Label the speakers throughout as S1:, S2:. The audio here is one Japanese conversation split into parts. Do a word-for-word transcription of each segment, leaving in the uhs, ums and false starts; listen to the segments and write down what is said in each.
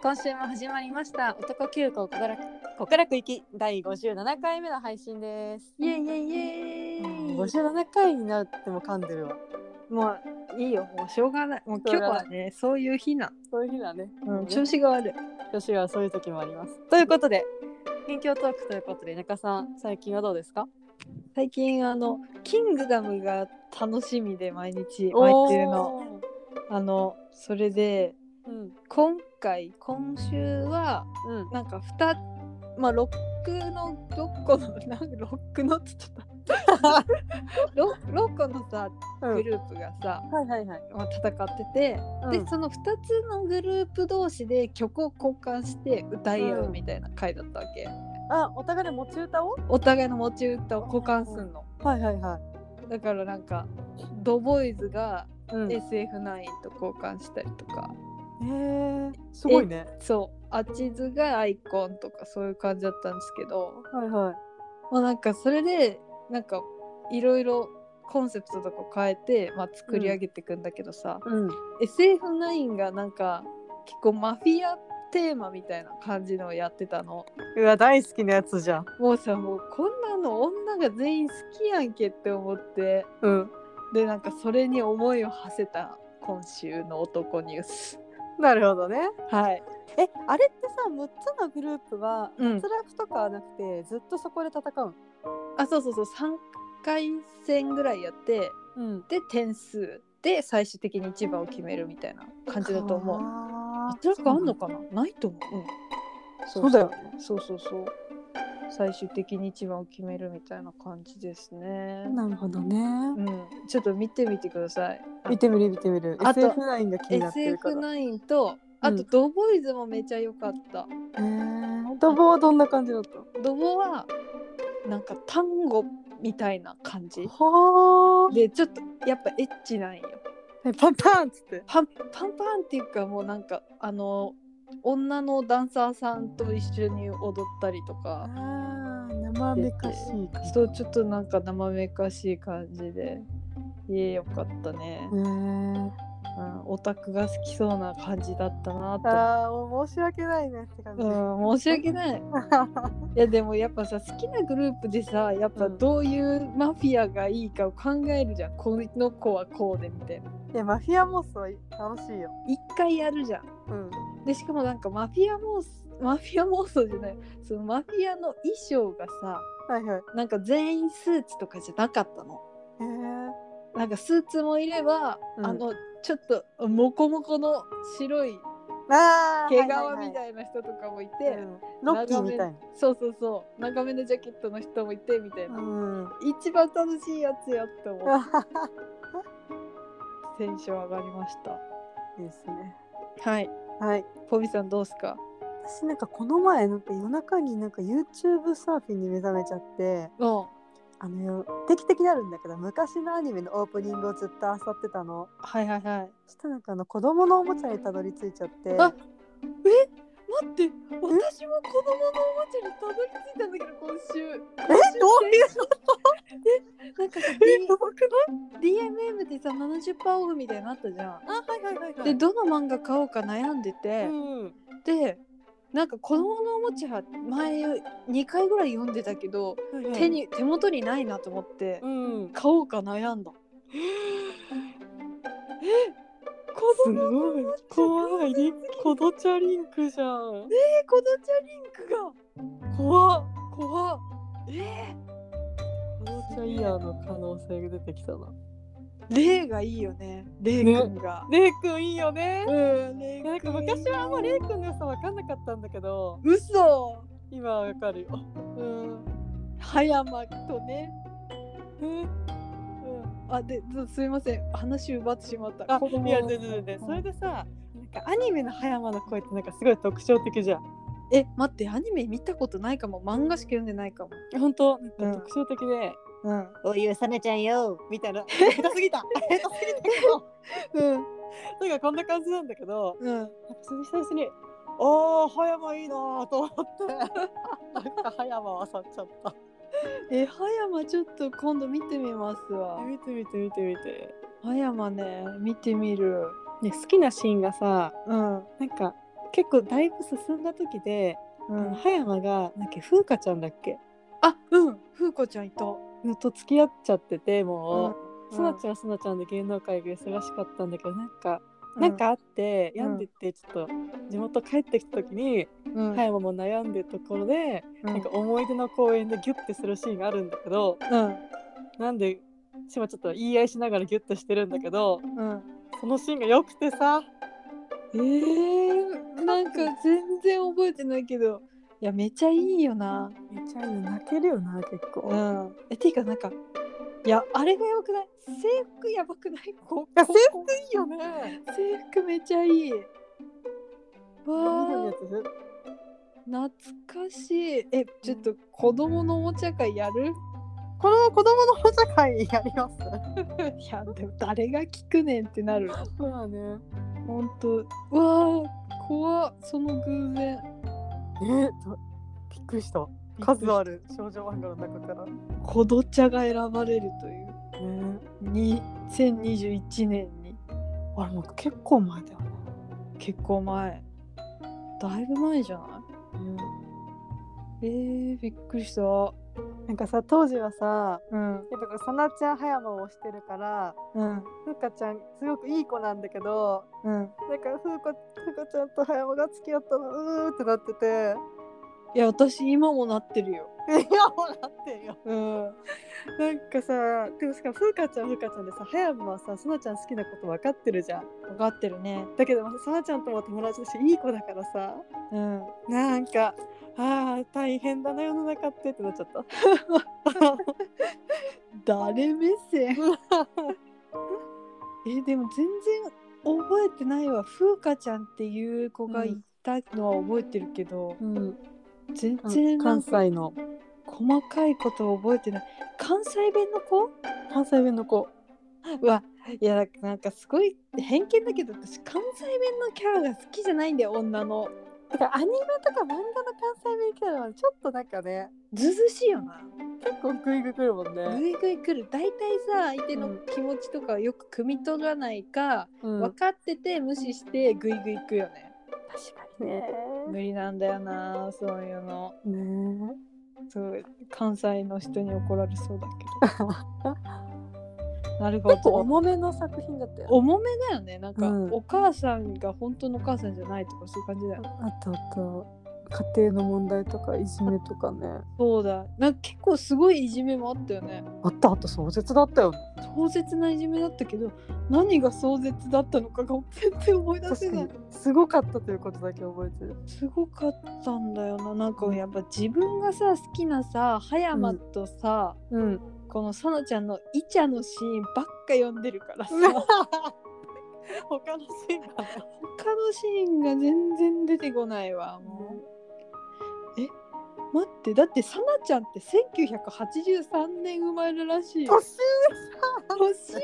S1: 今週も始まりました男急行極楽極楽行きだいごじゅうななかいめの配信です。
S2: イエイイエイイエイ、
S1: うん、ごじゅうななかいになっても噛んでるわ。
S2: もういいよ、もうしょうがない。もう今日はねそういう日な、
S1: そういう日だね、
S2: うん
S1: ね、
S2: 調子が悪い。
S1: 調子がそういう時もあります。ということで近況トークということで、中さん最近はどうですか？
S2: 最近あのキングダムが楽しみで毎日毎週のあのそれで、うん、今回今週は、うん、なんかにまあロックのろっこのなんかロックのって言っちゃったろっこのさグループがさ、うんはいはいはいまあ、戦ってて、うん、でそのふたつのグループ同士で曲を交換して歌い合うみたいな回だったわけ、うん、
S1: あ、お互いの持ち歌を
S2: お互いの持ち歌を交換するの。
S1: はいはいはい。
S2: だからなんかドボーイズが エスエフナイン と交換したりとか、
S1: うん、へえすごいね。
S2: そうアチズがアイコンとかそういう感じだったんですけど、
S1: はいはい。
S2: まあなんかそれでなんかいろいろコンセプトとか変えて、まあ、作り上げていくんだけどさ、うん、エスエフナイン がなんか結構マフィアテーマみたいな感じのをやってたの。
S1: うわ大好きなやつじゃん。
S2: もうさもうこんなの女が全員好きやんけって思って、うん、でなんかそれに思いを馳せた今週の男ニュース。
S1: なるほどね。
S2: はい。
S1: え、あれってさむっつのグループは脱落とかはなくて、うん、ずっとそこで戦う？
S2: あ、そうそうそうさんかい戦ぐらいやって、うん、で点数で最終的に一番を決めるみたいな感じだと思う。脱落あんのかな？ないと思う。うん、そうそう、そうだよね。そうそうそう最終的に一番を決めるみたいな感じですね。
S1: なるほどね、
S2: うん、ちょっと見てみてください。
S1: 見てみる見てみる。 エスエフナイン が気になってるから。
S2: エスエフナイン とあとドボーイズもめちゃ良かった、
S1: うん、へえ。ドボはどんな感じだった？
S2: ドボはなんか単語みたいな感じ
S1: は
S2: でちょっとやっぱエッチなんよ。
S1: えパンパンっつって
S2: パンパンパンっていうかもうなんかあの女のダンサーさんと一緒に踊ったりとか、
S1: あ生めかしい感じ。
S2: そうちょっとなんか生めかしい感じでいえよかったね。へー、うん、オタクが好きそうな感じだったなと。
S1: あー申し訳ないねって感じ、
S2: うん、申し訳ないいやでもやっぱさ好きなグループでさやっぱどういうマフィアがいいかを考えるじゃん。この子はこうでみたいな。
S1: いやマフィア妄想楽しいよ。
S2: 一回やるじゃん、うん、でしかもなんかマフィア妄想マフィア妄想じゃないそのマフィアの衣装がさ、はいはい、なんか全員スーツとかじゃなかったの。へー、なんかスーツもいれば、うん、あのちょっとモコモコの白い毛皮みたいな人とかもいて、はいはいはい、
S1: ロッキーみたいな。
S2: そうそうそう長めのジャケットの人もいてみたいな、うん、一番楽しいやつやって思ってテンション上がりました。
S1: いいですね。
S2: はいはい。ポビさんどうすか？
S1: 私なんかこの前なんか夜中になんか YouTube サーフィンに目覚めちゃって、うん、あの定期的になるんだけど昔のアニメのオープニングをずっと漁ってたの。はいはいはい。そしたらなんかあの子供のおもちゃにたどり着いちゃって。あ
S2: え待って私も子供のおもちゃにたどり着いたんだけど今週。え
S1: どういうこと
S2: えなんかさ ディーエムエム でさ ななじゅっパーセント オフみたいなのあったじゃん。あはいはいはいはい。でどの漫画買おうか悩んでて、うん、でなんか子供のおもちゃ前にかいぐらい読んでたけど、はいはい、手に手元にないなと思って、うん、買おうか悩んだ。え子供のおもちゃ
S1: 怖いコドチャリンクじゃん。
S2: えー、コドチャリンクが怖っ怖っえー、
S1: コドチャイヤーの可能性が出てきたな。
S2: レイがいいよね。レイくんが、
S1: ね、レイくんいいよね。
S2: うん、レイくん
S1: なんか昔はあんまレイくんの良さ分かんなかったんだけど
S2: 嘘
S1: 今は分かるよ。
S2: うん葉山とね、うん、うん、あですいません話奪ってしまった。
S1: あいや全然全然それでさなんかアニメの葉山の声ってなんかすごい特徴的じゃん。
S2: え待ってアニメ見たことないかも。漫画しか読んでないかも。
S1: 本当なんか特徴的で、うん、おいさねちゃんよみたいな下手すぎた下手すぎたけどうんなんかこんな感じなんだけど、うん、なんかその久々におー葉山いいなと思ってなんか葉山は去っちゃった。
S2: え葉山ちょっと今度見てみますわ。
S1: 見て見て見て見て
S2: 葉山ね見てみる。
S1: ね好きなシーンがさ、うん、なんか結構だいぶ進んだ時で、うん、葉山がなんか風花ちゃんだっけ、
S2: あ、うん風花ちゃんいた
S1: のと付き合っちゃってて、もう、
S2: うん、
S1: すなちゃんはすなちゃんで芸能界が忙しかったんだけど、なんか、うん、なんかあって病んでて、ちょっと地元帰ってきた時に、うん、葉山も悩んでるところで、うん、なんか思い出の公園でギュッてするシーンがあるんだけど、うん、なんで島ちょっと言い合いしながらギュッとしてるんだけど、うん、そのシーンが良くてさ、
S2: えー、なんか全然覚えてないけど、いやめっちゃいいよな。
S1: めっちゃいいよ、泣けるよな結構。
S2: うん。えていうかなんか、いやあれがよくない？制服やばくない？こ
S1: いや制服いいよね。
S2: 制服めっちゃいい。わ
S1: あ、
S2: 懐かしい。えちょっと子供のおもちゃ会やる？
S1: この子供のおもちゃ会やります。
S2: いやでも誰が聞くねんってなるわ。
S1: まあね。
S2: ほんと、うわー怖っ、その偶然。
S1: えー、びっくりした。数ある少女漫画の中から
S2: 子どちゃが選ばれるという、えー、にせんにじゅういちねんに。
S1: あれもう結構前だよね。
S2: 結構前、だいぶ前じゃない？うん、えー、びっくりした。
S1: なんかさ、当時はさ、うん、やっぱさなちゃん葉山をしてるから、うん、ふうかちゃんすごくいい子なんだけど、うん、なんかふうかちゃんと葉山が付き合ったのうーってなってて、
S2: いや私今もなってるよ。
S1: 今もなってるよ。うん。なんかさ、でもしかもふうかちゃんふうかちゃんでさ、葉山はさ、さなちゃん好きなこと分かってるじゃん。
S2: 分かってるね。
S1: だけどさなちゃんとも友達だしいい子だからさ、うん、なんかあー大変だな世の中ってってなっちゃった。
S2: 誰目線？えでも全然覚えてないわ。ふうかちゃんっていう子がいたのは覚えてるけど、うん、全然
S1: 関西の
S2: 細かいことを覚えてない。関西弁の子？
S1: 関西弁の子。
S2: うわ、いやなんかすごい偏見だけど私関西弁のキャラが好きじゃないんだよ、女の。
S1: だからアニメとか漫画の関西弁キャラはちょっとなんかね、
S2: ずずしいよな。
S1: 結構グイグイ来るもんね。
S2: グイグイ来る。大体さ、相手の気持ちとかよく汲み取らないか、うん、分かってて無視してグイグイ行くよね。
S1: 確かにね。
S2: 無理なんだよな、そういうの。ね。そう関西の人に怒られそうだけど。なるほど。
S1: 結構重めの作品だったよ。
S2: 重めだよね。なんか、うん、お母さんが本当のお母さんじゃないとかそういう感じだよね。
S1: あとあと家庭の問題とかいじめとかね。
S2: そうだ。なんか結構すごいいじめもあったよね。
S1: あったあった、壮絶だったよね。
S2: 壮絶ないじめだったけど、何が壮絶だったのかが全然思い出せない。
S1: すごかったということだけ覚えてる。
S2: すごかったんだよな。なんかやっぱ自分がさ好きなさ葉山とさ、うんうん、このさなちゃんのイチャのシーンばっか読んでるからさ。
S1: 他のシーンが
S2: 他のシーンが全然出てこないわもう。え待って、だってさなちゃんってせんきゅうひゃくはちじゅうさんねん生まれらしい。
S1: 年上さ
S2: 年上だよ。
S1: 年上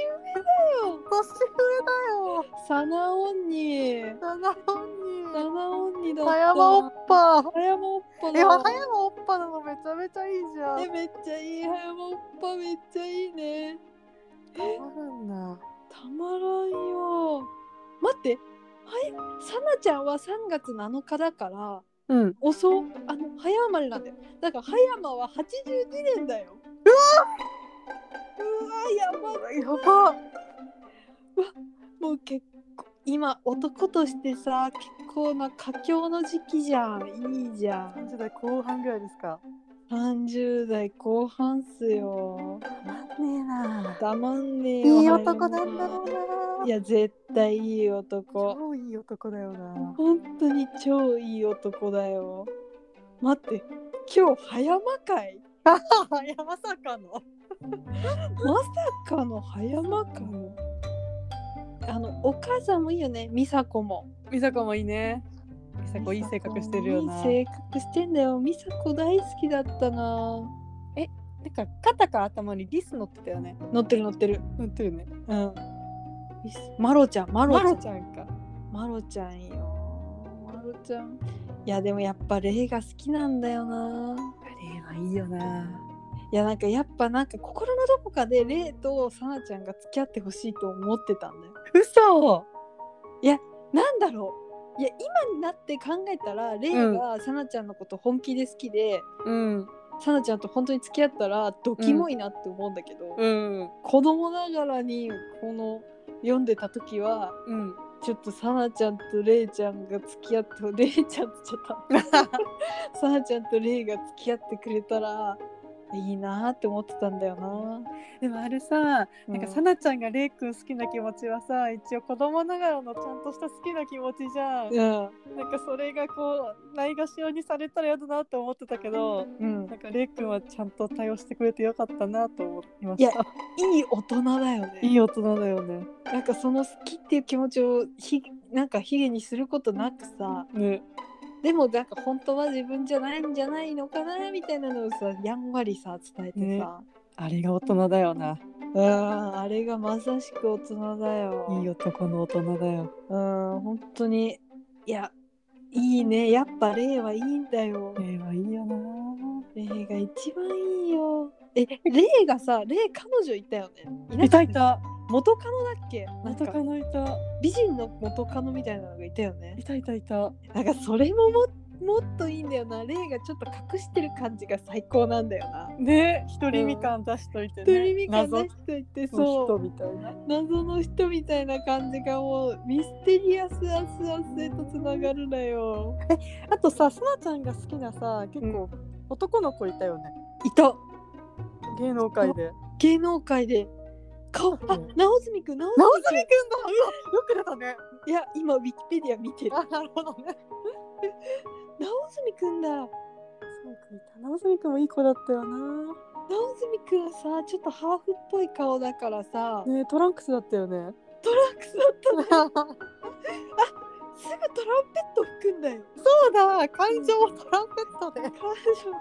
S1: だよ。
S2: サナオンニ
S1: サナオンニ
S2: サナオンニだった。
S1: 葉山おっぱ
S2: 葉山おっぱだ。
S1: え、葉山おっぱなのめちゃめちゃいいじゃん。
S2: え、めっちゃいい。葉山おっぱめっちゃいいね。
S1: たまらんな。
S2: たまらんよ。待って、はや、さなちゃんはさんがつなのかだからうん、遅あの早生まれなんだよ。だから葉山ははちじゅうにねんだよ。
S1: うわ
S2: うわやば
S1: いやば。うわ
S2: もう結構今男としてさ結構な佳境の時期じゃん。いいじゃん。
S1: さんじゅう代後半ぐらいですか。
S2: さんじゅう代後半っすよ。
S1: たまんねえな。
S2: たまんねえよ。
S1: いい男なんだろうな。
S2: いや絶対いい男。
S1: 超いい男だよな。
S2: 本当に超いい男だよ。待って今日葉山会
S1: いやまさかの
S2: まさかの葉山会。あのお母さんもいいよね。美佐子も
S1: 美佐子もいいね。美佐子いい性格してるよな。
S2: いい性格してんだよ。美佐子大好きだったな。
S1: えなんか肩か頭にリス乗ってたよね。
S2: 乗ってる乗ってる
S1: 乗ってるね。
S2: うん。マロちゃんマロちゃん
S1: マロちゃんか。
S2: マロちゃんよ。マロちゃん。いやでもやっぱレイが好きなんだよな。
S1: レイはいいよな。
S2: いやなんかやっぱなんか心のどこかでレイとサナちゃんが付き合ってほしいと思ってたんだよ。
S1: 嘘。
S2: いやなんだろいや今になって考えたらレイがサナちゃんのこと本気で好きで、うん、サナちゃんと本当に付き合ったらドキモいなって思うんだけど、うんうん、子供ながらにこの読んでた時は、うん、ちょっとサナちゃんとレイちゃんが付き合ってレイちゃんってちょっとサナちゃんとレイが付き合ってくれたらいいなって思ってたんだよな。
S1: でもあれさ、うん、なんかサナちゃんがレイくん好きな気持ちはさ、一応子供ながらのちゃんとした好きな気持ちじゃん、うん、なんかそれがこうないがしろにされたらやだなって思ってたけど、うん、なんかレイくんはちゃんと対応してくれてよかったなと思いました。いや
S2: いい大人だよね。
S1: いい大人だよね。
S2: なんかその好きっていう気持ちをひなんか卑下にすることなくさ、ね、でもなんか本当は自分じゃないんじゃないのかなみたいなのをさやんわりさ伝えてさ、ね、
S1: あれが大人だよな。
S2: ああれがまさしく大人だよ。
S1: いい男の大人だよ。
S2: うん本当にいやいいね。やっぱレイはいいんだよ。
S1: レイはいいよな。
S2: レイが一番いいよ。えレイがさレイ彼女いたよね。
S1: いたいた。
S2: 元カノだっけ？
S1: 元カノいた。
S2: 美人の元カノみたいなのがいたよね。
S1: いたいたいた。
S2: なんかそれもももっといいんだよな。レイがちょっと隠してる感じが最高なんだよな。
S1: ね、一人身感出しといてね。
S2: 一人身感出しといて、そう。
S1: 人みたいな。
S2: 謎の人みたいな感じがもうミステリアスアスアスへとつながるなよ。
S1: あとさ、サナちゃんが好きなさ、結構男の子いたよね。
S2: いた。
S1: 芸能界で。
S2: 芸能界で。顔、あ、直澄くん、直
S1: 澄くんだ。うわ、よく出たね。
S2: いや、今ウィキペディア見てる。
S1: あ、なるほどね。
S2: 直澄くんだ。そう
S1: か、いた。直澄くんもいい子だったよな。
S2: 直澄くんはさ、ちょっとハーフっぽい顔だからさ。
S1: ね、トランクスだったよね。
S2: トランクスだったね。あ、すぐトランペット吹くんだよ。
S1: そうだ、感情をトランペットで。感情。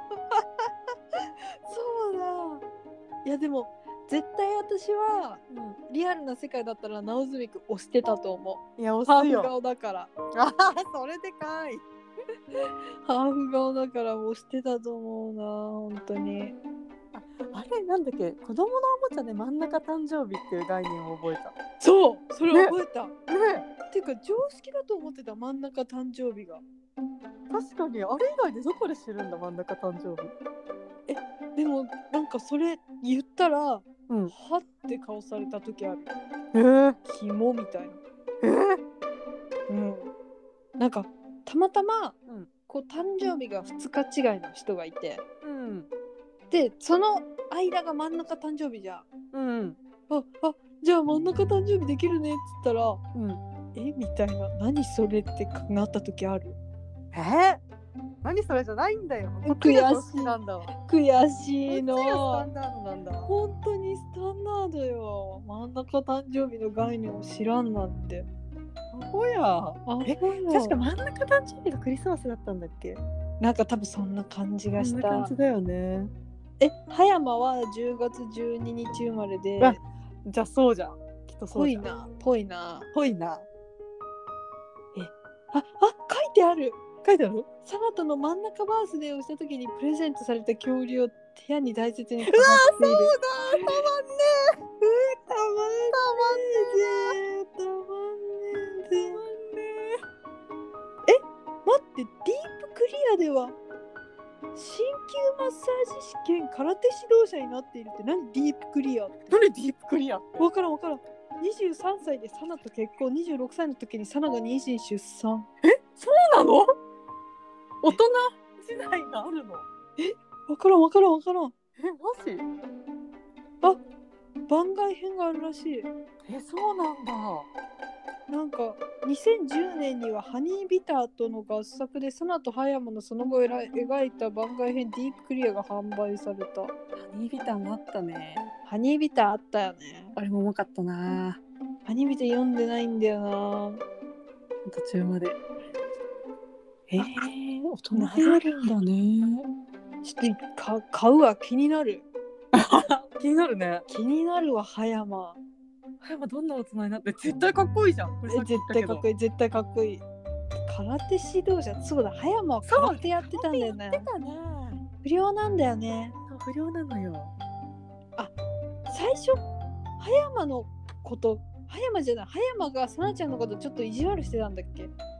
S2: そうだ。いやでも。絶対私は、うん、リアルな世界だったら直澄くん押してたと思う。
S1: いや、押すよ。
S2: ハーフ顔だから。
S1: あそれでかい。
S2: ハーフ顔だから押してたと思うな、本当に。
S1: あ、あれなんだっけ、子供のおもちゃで真ん中誕生日っていう概念を覚えた。
S2: そう、それ覚えた。ね。
S1: ね
S2: っていうか常識だと思ってた、真ん中誕生日が。
S1: 確かに、あれ以外でどこで知るんだ、真ん中誕生日。
S2: え、でもなんかそれ言ったら、うん、はって顔された時ある。
S1: えー、
S2: キモみたいな。
S1: えー、
S2: うん。なんかたまたま、うん、こう誕生日がふつか違いの人がいて、うん、でその間が真ん中誕生日じゃん。うん。ああ、じゃあ真ん中誕生日できるねっつったら、うん、えみたいな、何それってなった時ある。
S1: えー何それじゃないんだよ。
S2: 悔しいなんだわ。悔しいの。
S1: スタンダードなんだ。
S2: 本当にスタンダードよ。真ん中誕生日の概念を知らんなんて。
S1: アホや。あ、え、確か真ん中誕生日がクリスマスだったんだっけ？
S2: なんか多分そんな感じがした。
S1: そんな感じだよね。
S2: え、葉山はじゅうがつじゅうににち生まれで。
S1: じゃあそうじゃん。きっとそうじゃん。
S2: ぽいな。ぽいな。
S1: ぽいな。
S2: え、あ、あ、書いてある。
S1: 書いてある？
S2: サナとの真ん中バースデーをした時にプレゼントされた恐竜を部屋に大切に飾っている。
S1: うわー、そうだ、たまんねー。
S2: たまんねー。たまんねー。たまんねー。え、待って、ディープクリアでは鍼灸マッサージ試験空手指導者になっているって。何ディープクリアって？
S1: 何ディープクリアって？
S2: わからんわからん。にじゅうさんさいでサナと結婚、にじゅうろくさいの時にサナが妊娠出産。
S1: え、そうなの？大人時代があるの？
S2: え、わからんわからんわからん。
S1: え、マジ？
S2: あ、番外編があるらしい。
S1: え、そうなんだ。
S2: なんかにせんじゅうねんにはハニービターとの合作でサナと葉山のその後描いた番外編ディープクリアが販売された。ハ
S1: ニービターもあったね。
S2: ハニービターあったよね。
S1: あれもうまかったな。
S2: ハニービター読んでないんだよな。
S1: 途中まで。えー、大人であるんだね。
S2: ちょっとか買うわ、気になる。
S1: 気になるね。
S2: 気になるわ、葉山。
S1: 葉山どんな大人になって絶対かっこいいじゃん。
S2: これ絶対かっこいい、絶対かっこいい。空手指導者、そうだ、葉山は空手やってたんだよね。
S1: やってたね。
S2: 不良なんだよね。
S1: 不良なのよ。
S2: あ、最初葉山のこと、葉山じゃない、葉山がサナちゃんのことちょっと意地悪してたんだっけ？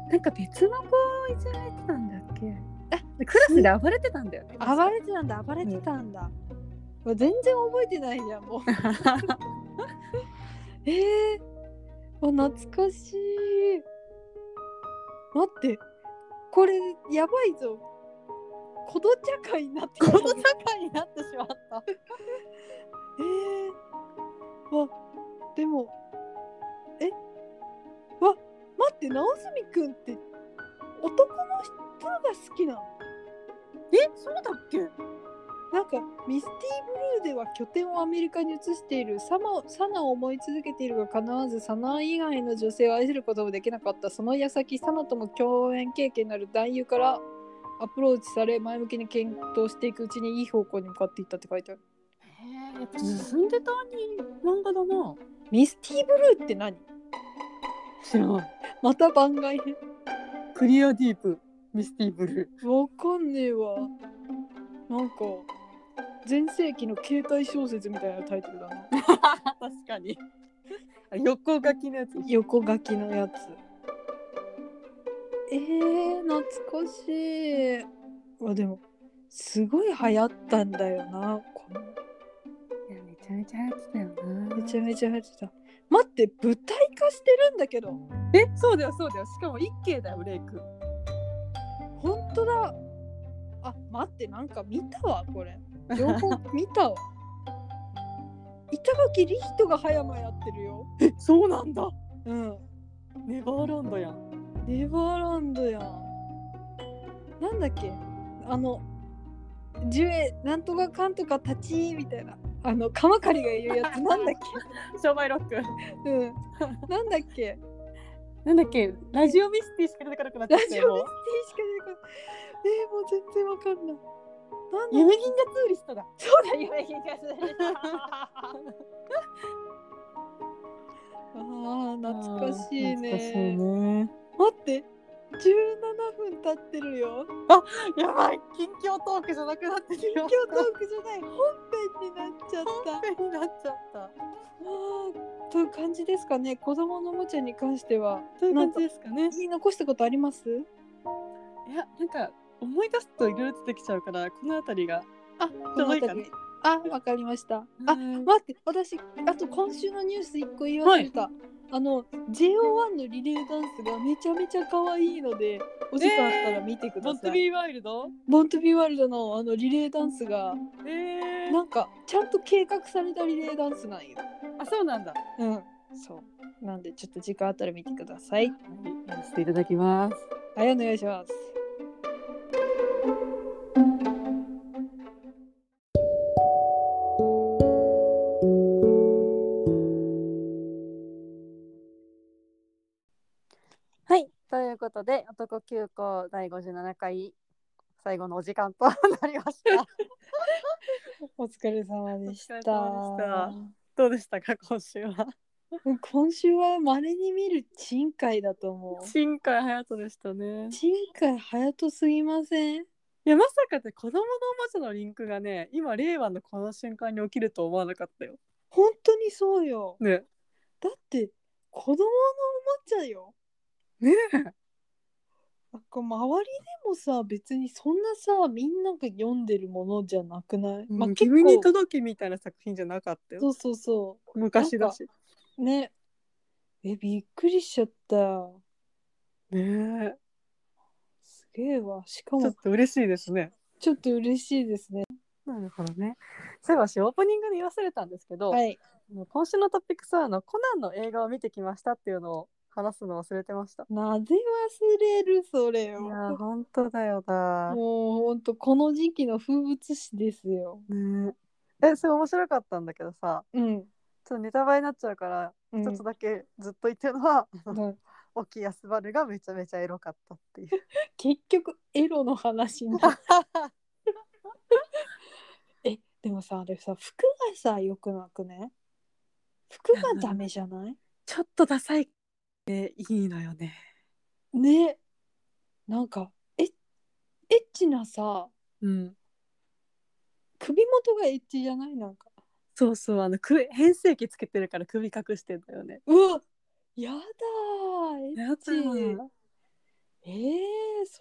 S1: なんか別の子をいじめてたんだっけ。あ、クラスで暴れてたんだよね。
S2: 暴れてたんだ暴れてたんだ、うん、全然覚えてないじゃんもうえー、あ懐かしい。待ってこれやばいぞ。子どちゃ会になって
S1: 子どちゃ会になってしまった
S2: えー、わでもえわ待って直澄くんって男の人が好きなの？
S1: えそうだっけ。
S2: なんかミスティーブルーでは拠点をアメリカに移しているサマサナを思い続けているが叶わずサナ以外の女性を愛することもできなかった。その矢先サナとも共演経験のある男優からアプローチされ前向きに検討していくうちにいい方向に向かっていったって書いてある。
S1: へえやっぱ進んでた漫画だな。
S2: ミスティーブルーって何？
S1: 知らない。
S2: また番外編。
S1: クリアディープミスティーブル
S2: ーわかんねえわ。なんか全盛期の携帯小説みたいなタイトルだな
S1: 確かに横書きのやつ。
S2: 横書きのやつ。えー、懐かしい。わでもすごい流行ったんだよなこの。
S1: いやめちゃめちゃ流行ってたよな。
S2: めちゃめちゃ流行ってた。待って舞台化してるんだけど。
S1: えそうだよそうだよ。しかも一景だよレイク。
S2: ほんとだ。あ待ってなんか見たわこれ。両方見たわ板垣李光人が葉山やってるよ。
S1: えそうなんだ。
S2: うん
S1: ネバーランドやん。
S2: ネバーランドやん。なんだっけあのジュエなんとかかんとか立ちみたいなあの鎌狩りが言うやつなんだっ
S1: け商売ロック
S2: うんなんだっけ
S1: なんだっけラジオミスティしか出てこなくなっちゃったよ。
S2: ラジオミスティしか出てこない。えー、もう全然わかんない。
S1: なんだ夢銀河ツーリストだ。
S2: そうだ夢銀河ツーリストあー懐かしいね。
S1: 懐かしいね。
S2: 待ってじゅうななふん経ってるよ。
S1: あやばい近況トークじゃなくなって
S2: 近況トークじゃない本編になっちゃった
S1: 本編になっちゃった。
S2: あという感じですかね。子供のおもちゃに関しては
S1: という感じですかね。
S2: 言い残したことあります？
S1: いやなんか思い出すといろいろ出てきちゃうからこのあたりが
S2: あこのあたりあわかりました。あ待って私あと今週のニュースいっこ言い忘れた、はい、あの ジェイオーワン のリレーダンスがめちゃめちゃ可愛いのでお時間あったら見てください。ボン
S1: トゥビーワイルド
S2: ボントゥビーワイルドのあのリレーダンスが、
S1: えー、
S2: なんかちゃんと計画されたリレーダンスなんよ。
S1: あそうなんだ。
S2: うんそうなんでちょっと時間あったら見てください。はい
S1: やらせていただきます。
S2: はいお願いします。
S1: はいということで男急行だいごじゅうななかい最後のお時間となりました
S2: お疲れ様でした。お疲れ様でした。
S1: どうでしたか今週は。
S2: 今週は稀に見る珍回だと思う。
S1: 珍回隼人でしたね。
S2: 珍回隼人すぎません？
S1: いやまさかで子供のおもちゃのリンクがね今令和のこの瞬間に起きると思わなかったよ。
S2: 本当にそうよ。
S1: ね。
S2: だって子供のおもちゃよ。
S1: ねえ。
S2: なんか周りでもさ別にそんなさみんなが読んでるものじゃなくない？
S1: うんまあ、君に届けみたいな作品じゃなかったよ。
S2: そうそうそう
S1: 昔だし
S2: ね。えびっくりしちゃった
S1: ねえ。
S2: すげえわ。しかも
S1: ちょっと嬉しいですね。
S2: ちょっと嬉しいですね。
S1: なるほどね。そういえばしオープニングで言い忘れたんですけど、
S2: はい、
S1: 今週のトピックスはあのコナンの映画を見てきましたっていうのを話すの忘れてました。
S2: なぜ忘れるそれを。
S1: いや本当だよな。
S2: もう本当この時期の風物詩ですよ。
S1: ねえ、それ面白かったんだけどさ、
S2: うん、
S1: ちょっとネタバレになっちゃうから一、うん、つだけずっと言ってるのは、うん、沖安原がめちゃめちゃエロかったっていう
S2: 結局エロの話になったえでもさあれさ服がさよくなくね？服がダメじゃない？
S1: ちょっとダサいえいいのよね。
S2: ねなんかえエッチなさ、
S1: うん、
S2: 首元がエッチじゃない？なんか
S1: そうそうあの変声器つけてるから首隠してんだよね。
S2: うわやだーエッチ。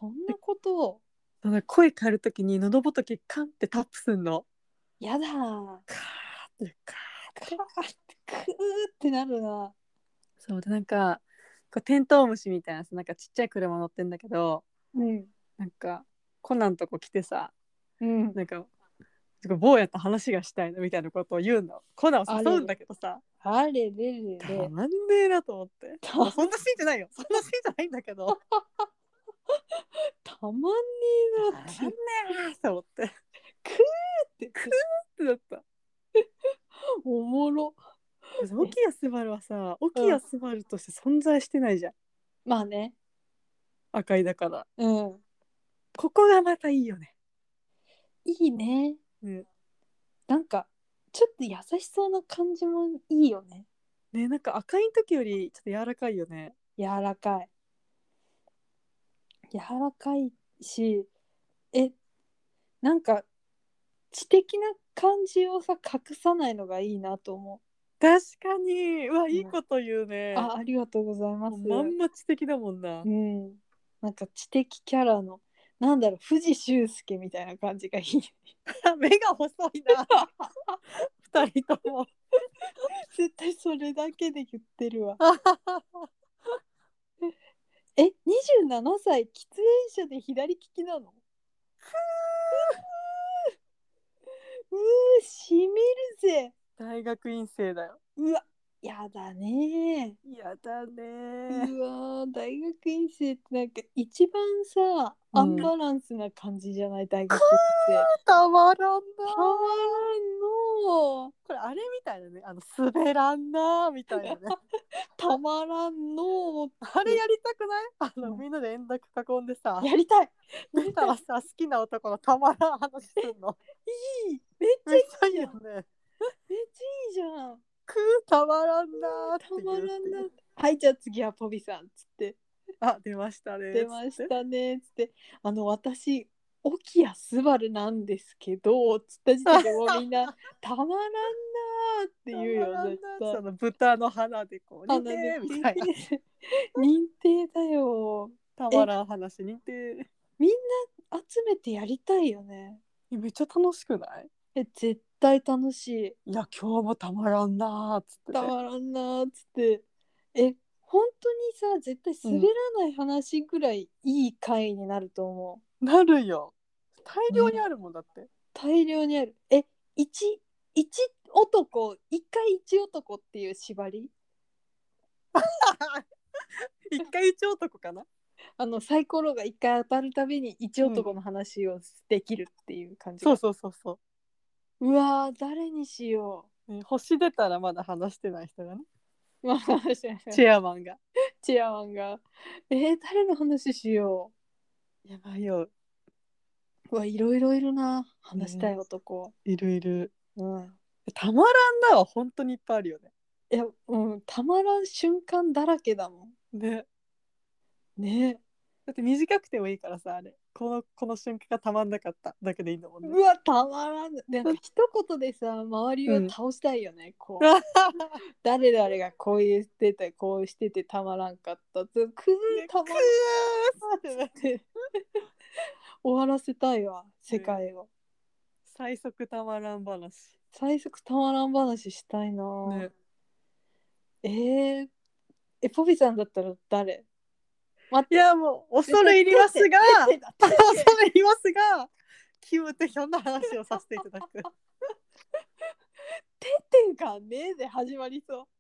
S2: そんなこと
S1: 声変えるときに喉仏カンってタップすんの。
S2: やだー。
S1: カーってカーって
S2: カーってクーってなるな。
S1: そうでなんかこうテントウムシみたいなさなんかちっちゃい車乗ってんだけど、
S2: うん、
S1: なんかコナンとこ来てさ、
S2: うん、
S1: なんか坊やと話がしたいのみたいなことを言うの。コナンを誘うんだけどさ、
S2: あれれれ
S1: た
S2: れ
S1: まんねえなと思って。まあ、そんなシーンじゃないよ。そんなシーンじゃないんだけど。
S2: たまんねえなって。
S1: たまんねえなと思って。
S2: クーって
S1: クーってなった。
S2: おもろ。
S1: 沖谷スバルはさ、沖谷スバルとして存在してないじゃん。
S2: まあね。
S1: 赤いだから。
S2: うん。
S1: ここがまたいいよね。
S2: いいね。
S1: うん。
S2: なんかちょっと優しそうな感じもいいよね。
S1: ね、なんか赤い時よりちょっと柔らかいよね。
S2: 柔らかい。柔らかいし、え、なんか知的な感じをさ隠さないのがいいなと思う。
S1: 確かに。うわ、いいこと言うね。
S2: あ、ありがとうございます。
S1: まんま知的だもんな。
S2: うん。なんか知的キャラのなんだろう藤修介みたいな感じがいい。
S1: 目が細いな。二人とも。
S2: 絶対それだけで言ってるわ。え、にじゅうななさい喫煙者で左利きなの？うーしみるぜ。
S1: 大学院生だよ。
S2: うわ、やだね。
S1: やだね。
S2: うわ、大学院生ってなんか一番さ、うん、アンバランスな感じじゃない？大学院生。
S1: たまらんな。
S2: たまらんの。
S1: これあれみたいなね。あの滑らんなみたいなね。
S2: たまらんの。
S1: あれやりたくない？あの、うん、みんなで円卓囲んでさ。
S2: やりたい。
S1: 出たらさ好きな男のたまらん話すんの。
S2: いい。めっちゃいいよね。めっちゃいいじゃん。
S1: くーたまらんなって言う。たまらんな。
S2: はい、じゃあ次はポビさんっつって。
S1: あ、出ましたね。
S2: 出ましたねっつって。あの私沖谷スバルなんですけどつった時点でもうみんなたまらんなって言うよ絶対。
S1: その豚の花でこう認定みたいな。
S2: 認定だよ。
S1: たまらん話認定。
S2: みんな集めてやりたいよね。
S1: めっちゃ楽しくない？
S2: え、絶対楽しい。
S1: いや今日もたまらんなーっつって、ね、
S2: たまらんなーっつってえ本当にさ絶対滑らない話ぐらいいい回になると思
S1: う、うん、なるよ。大量にあるもんだって、ね、
S2: 大量にある。え一一男一回一男っていう縛り
S1: 一回一男かな。
S2: あのサイコロが一回当たるたびに一男の話をできるっていう感じ、
S1: うん、そうそうそうそう。
S2: うわー誰にしよ
S1: う、ね、星出たらまだ話してない人がね
S2: まあ話してない
S1: チェアマンが
S2: チェアマンがえー、誰の話しよ
S1: う。やばいよ。
S2: うわいろいろいるな話したい男、
S1: ね、いるいる、
S2: うん、
S1: たまらんなは本当にいっぱいあるよね。
S2: いや、うん、たまらん瞬間だらけだも
S1: んね。
S2: ね。
S1: だって短くてもいいからさあれこのこの瞬間がたまんなかっただけでいいんだもんね。
S2: うわたまらん。なんか一言でさ周りを倒したいよね、うん、こう誰々がこう言っててこうしててたまらんかったくーたまらんって終わらせたいわ世界を、ね、
S1: 最速たまらん話
S2: 最速たまらん話したいな、ね、えー、えポビさんだったら誰？
S1: 待って、いやもう恐れ入りますが恐れ入りますがキムテヒョンの話をさせていただくテ
S2: テがねで始まりそう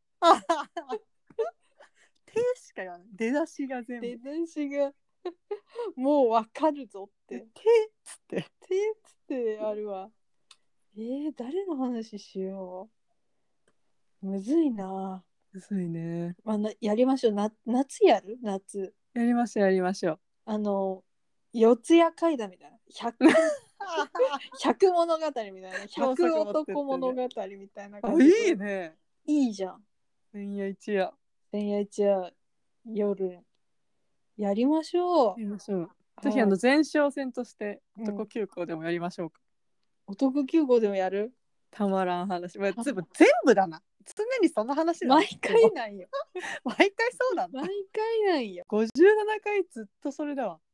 S1: テしか言わない。出だしが全部
S2: 出だしがもうわかるぞって
S1: テっつって
S2: テっつってあるわ。えー、誰の話しよう。むずいな。
S1: むずいね。
S2: まあ、なやりましょう。な夏やる夏。
S1: やりましょうやりましょう。
S2: あの四谷怪談みたいな。百百物語みたいな。百男物語みたいな感じ。
S1: あいいね。
S2: いいじゃん。
S1: 千夜一夜。
S2: 千夜一夜夜やりましょう。
S1: やりましょう。ぜひあの前哨戦として男急行でもやりましょうか。
S2: うん、男急行でもやる？
S1: たまらん話。全部全部だな。常にその話だ。
S2: 毎回なんよ。
S1: 毎回そうだな。
S2: 毎回なんよ。
S1: ごじゅうななかいずっとそれだわ。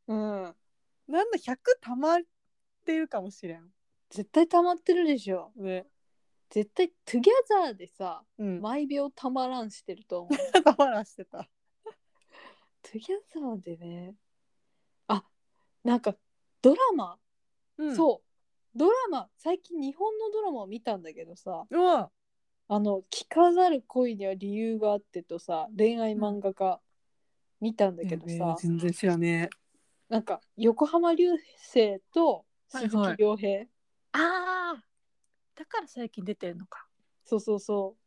S1: うん。なんだひゃく溜まってるかもしれん。
S2: 絶対溜まってるでしょ。
S1: ね。
S2: 絶対トゥギャザーでさ、
S1: うん、
S2: 毎秒たまらんしてると思う。
S1: たまらんしてた。
S2: トゥギャザーでね、あ、なんかドラマ、うん、そうドラマ、最近日本のドラマを見たんだけどさ、
S1: うわ、
S2: あの聞かざる恋には理由があってとさ、恋愛漫画家見たんだけどさ、
S1: えー、全然知らねえ。
S2: なんか横浜流星と鈴木亮平、はいはい、
S1: ああ、だから最近出てるのか。
S2: そうそうそう。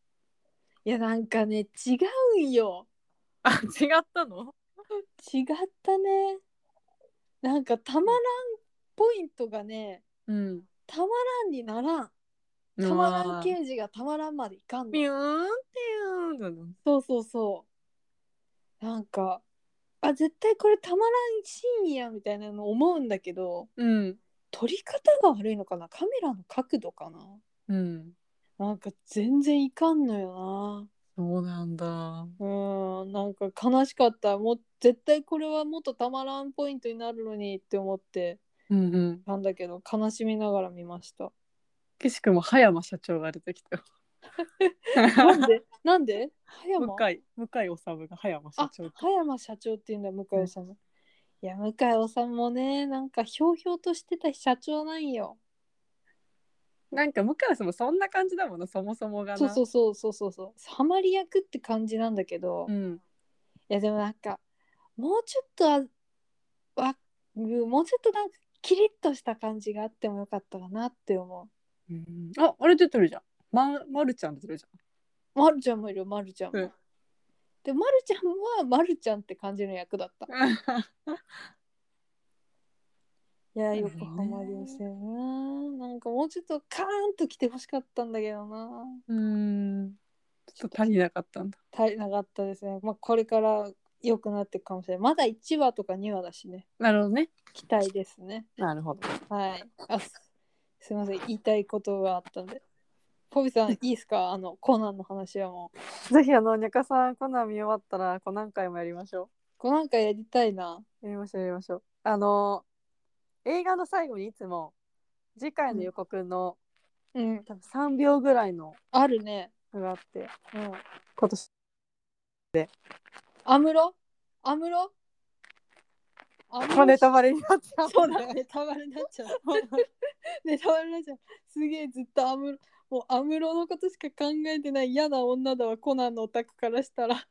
S2: いやなんかね違うんよ。
S1: あ、違ったの？
S2: 違ったね。なんかたまらんポイントがね、うん、たまらんにならん。たまらん刑事がたまらんまでいかんの。
S1: ピューンピューン。
S2: そうそうそう。なんかあ絶対これたまらんシーンやみたいなの思うんだけど、うん、撮り方が悪いのかな、カメラの角度かな、うん、なんか全然いかんのよな。
S1: そうなんだ。
S2: うん、なんか悲しかった。もう絶対これはもっとたまらんポイントになるのにって思って
S1: うんうん、
S2: なんだけど、悲しみながら見ました。
S1: くしくも葉山社長が出てきたよ。
S2: なんでなんで葉山
S1: 向井向井治が葉山社長。
S2: あ、葉山社長っていうんだ、向井治、うん、いや向井治もね、なんかひょうひょうとしてた社長なんよ。
S1: なんか向井さんもそんな感じだもんな、そもそもがな。
S2: そうそうそうそうそうそう、ハマり役って感じなんだけど、うん、いやでもなんかもうちょっとはわもうちょっとなんかキリッとした感じがあってもよかったかなって思う。うん、
S1: あ、あれ出てるじゃん。ま、まるちゃん出てるじゃん。
S2: まるちゃんもいる、まるちゃんも、うん、でまるちゃんはまるちゃんって感じの役だった。いやよくハマりますよな。なんかもうちょっとカーンと来てほしかったんだけどな。
S1: うーん、ちょっと足りなかったんだ。
S2: 足りなかったですね。まあこれから良くなっていくかもしれない。まだいちわとかにわだしね。
S1: なるほどね。
S2: 期待ですね。
S1: なるほど。
S2: はい。あ、す、すいません、言いたいことがあったんで。ポビさんいいですか、あのコナンの話はも
S1: う。ぜひあのにゃかさんコナン見終わったらコナン会もやりましょう。
S2: コナン会やりたいな。
S1: やりましょうやりましょう。あの映画の最後にいつも次回の予告の、うん、多分さんびょうぐらいの
S2: あるね
S1: があって、
S2: うん、
S1: 今年
S2: でアムロアムロ
S1: アムロネタバレになっちゃう、ね、
S2: そうだね、ネタバレになっちゃうネタバレになっちゃう。すげえずっとアムロ、もうアムロのことしか考えてない嫌な女だわ、コナンのオタクからしたら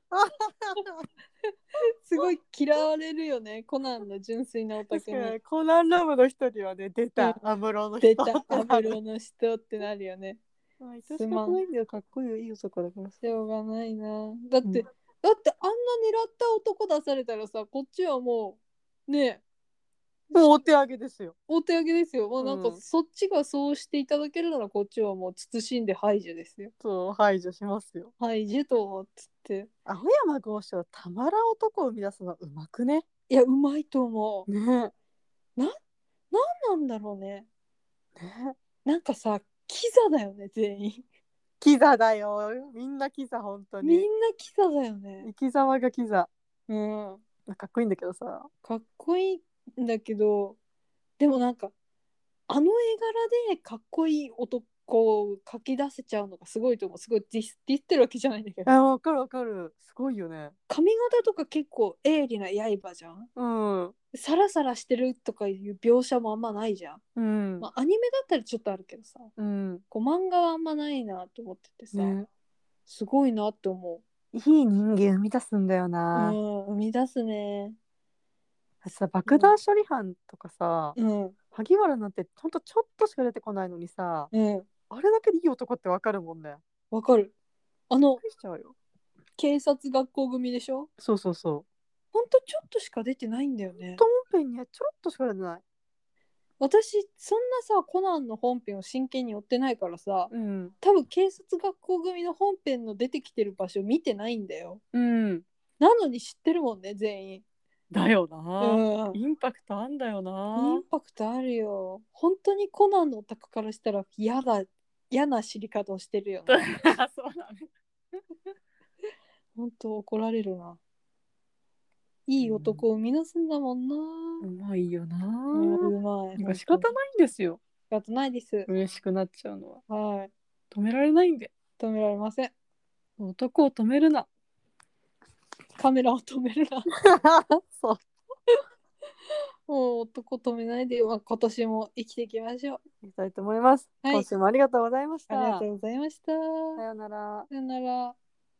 S2: すごい嫌われるよね、コナンの純粋なオタクに。
S1: コナンラブの人にはね、出た、うん、アムロの人
S2: 出たアムロの人ってなるよね。
S1: 愛しかないんだよ、かっこいいよ、いい男だから。
S2: しょうがないな。だって、うん、だってあんな狙った男出されたらさ、こっちはもうねえ、
S1: もうお手上げですよ。
S2: お手上げですよ。もうなんか、そっちがそうしていただけるならこっちはもう慎んで排除ですよ。
S1: そう、排除しますよ。
S2: 排除とっつって。
S1: 青山剛昌たまらん男を生み出すのうまくね。
S2: いやうまいと思う。
S1: ね。
S2: な、なんなんだろうね。ね。なんかさ、キザだよね全員。
S1: キザだよ。みんなキザ本当に。
S2: みんなキザだよね。
S1: 生き様がキザ。
S2: うん。
S1: かっこいいんだけどさ。
S2: かっこいいんだけど、でもなんかあの絵柄でかっこいい男を描き出せちゃうのがすごいと思う。すごいディスディってるわけじゃないんだけど。
S1: あ、わかるわかる。すごいよね。
S2: 髪型とか結構鋭利な刃じゃん。うん。サラサラしてるとかいう描写もあんまないじゃん。うん。まあアニメだったらちょっとあるけどさ。うん。こう漫画はあんまないなと思っててさ。ね、すごいなって思う。
S1: いい人間生み出すんだよな。
S2: うん、生み出すね。
S1: さ、爆弾処理班とかさ、
S2: うん、
S1: 萩原なんてほんとちょっとしか出てこないのにさ、うん、あれだけでいい男ってわかるもんね。
S2: わかる。あの
S1: びっくりしちゃうよ。
S2: 警察学校組でしょ。
S1: そうそうそう。
S2: ほんとちょっとしか出てないんだよね。
S1: 本編にはちょろっとしか出てない。
S2: 私そんなさコナンの本編を真剣に追ってないからさ、うん、多分警察学校組の本編の出てきてる場所見てないんだよ。うん。なのに知ってるもんね全員。
S1: だよな、うん、インパクトあんだよな。
S2: インパクトあるよ。本当にコナンのオタクからしたら嫌だ嫌な知り方をしてるよなそうなの本当怒られるな。 いい男を生み出すんだもんな。
S1: うまいよな。
S2: うまい。
S1: なんか仕方ないんですよ。
S2: 仕方ないです。
S1: 嬉しくなっちゃうのは。
S2: はい。
S1: 止められないんで。
S2: 止められません。
S1: 男を止めるな。
S2: カメラを止めるな。
S1: そう。
S2: もう男止めないでよ。まあ、今年も生きていきましょう。
S1: いきたいと思います。
S2: はい、
S1: 今週もありがとうございました。
S2: ありがとうございました。
S1: さようなら。
S2: さようなら。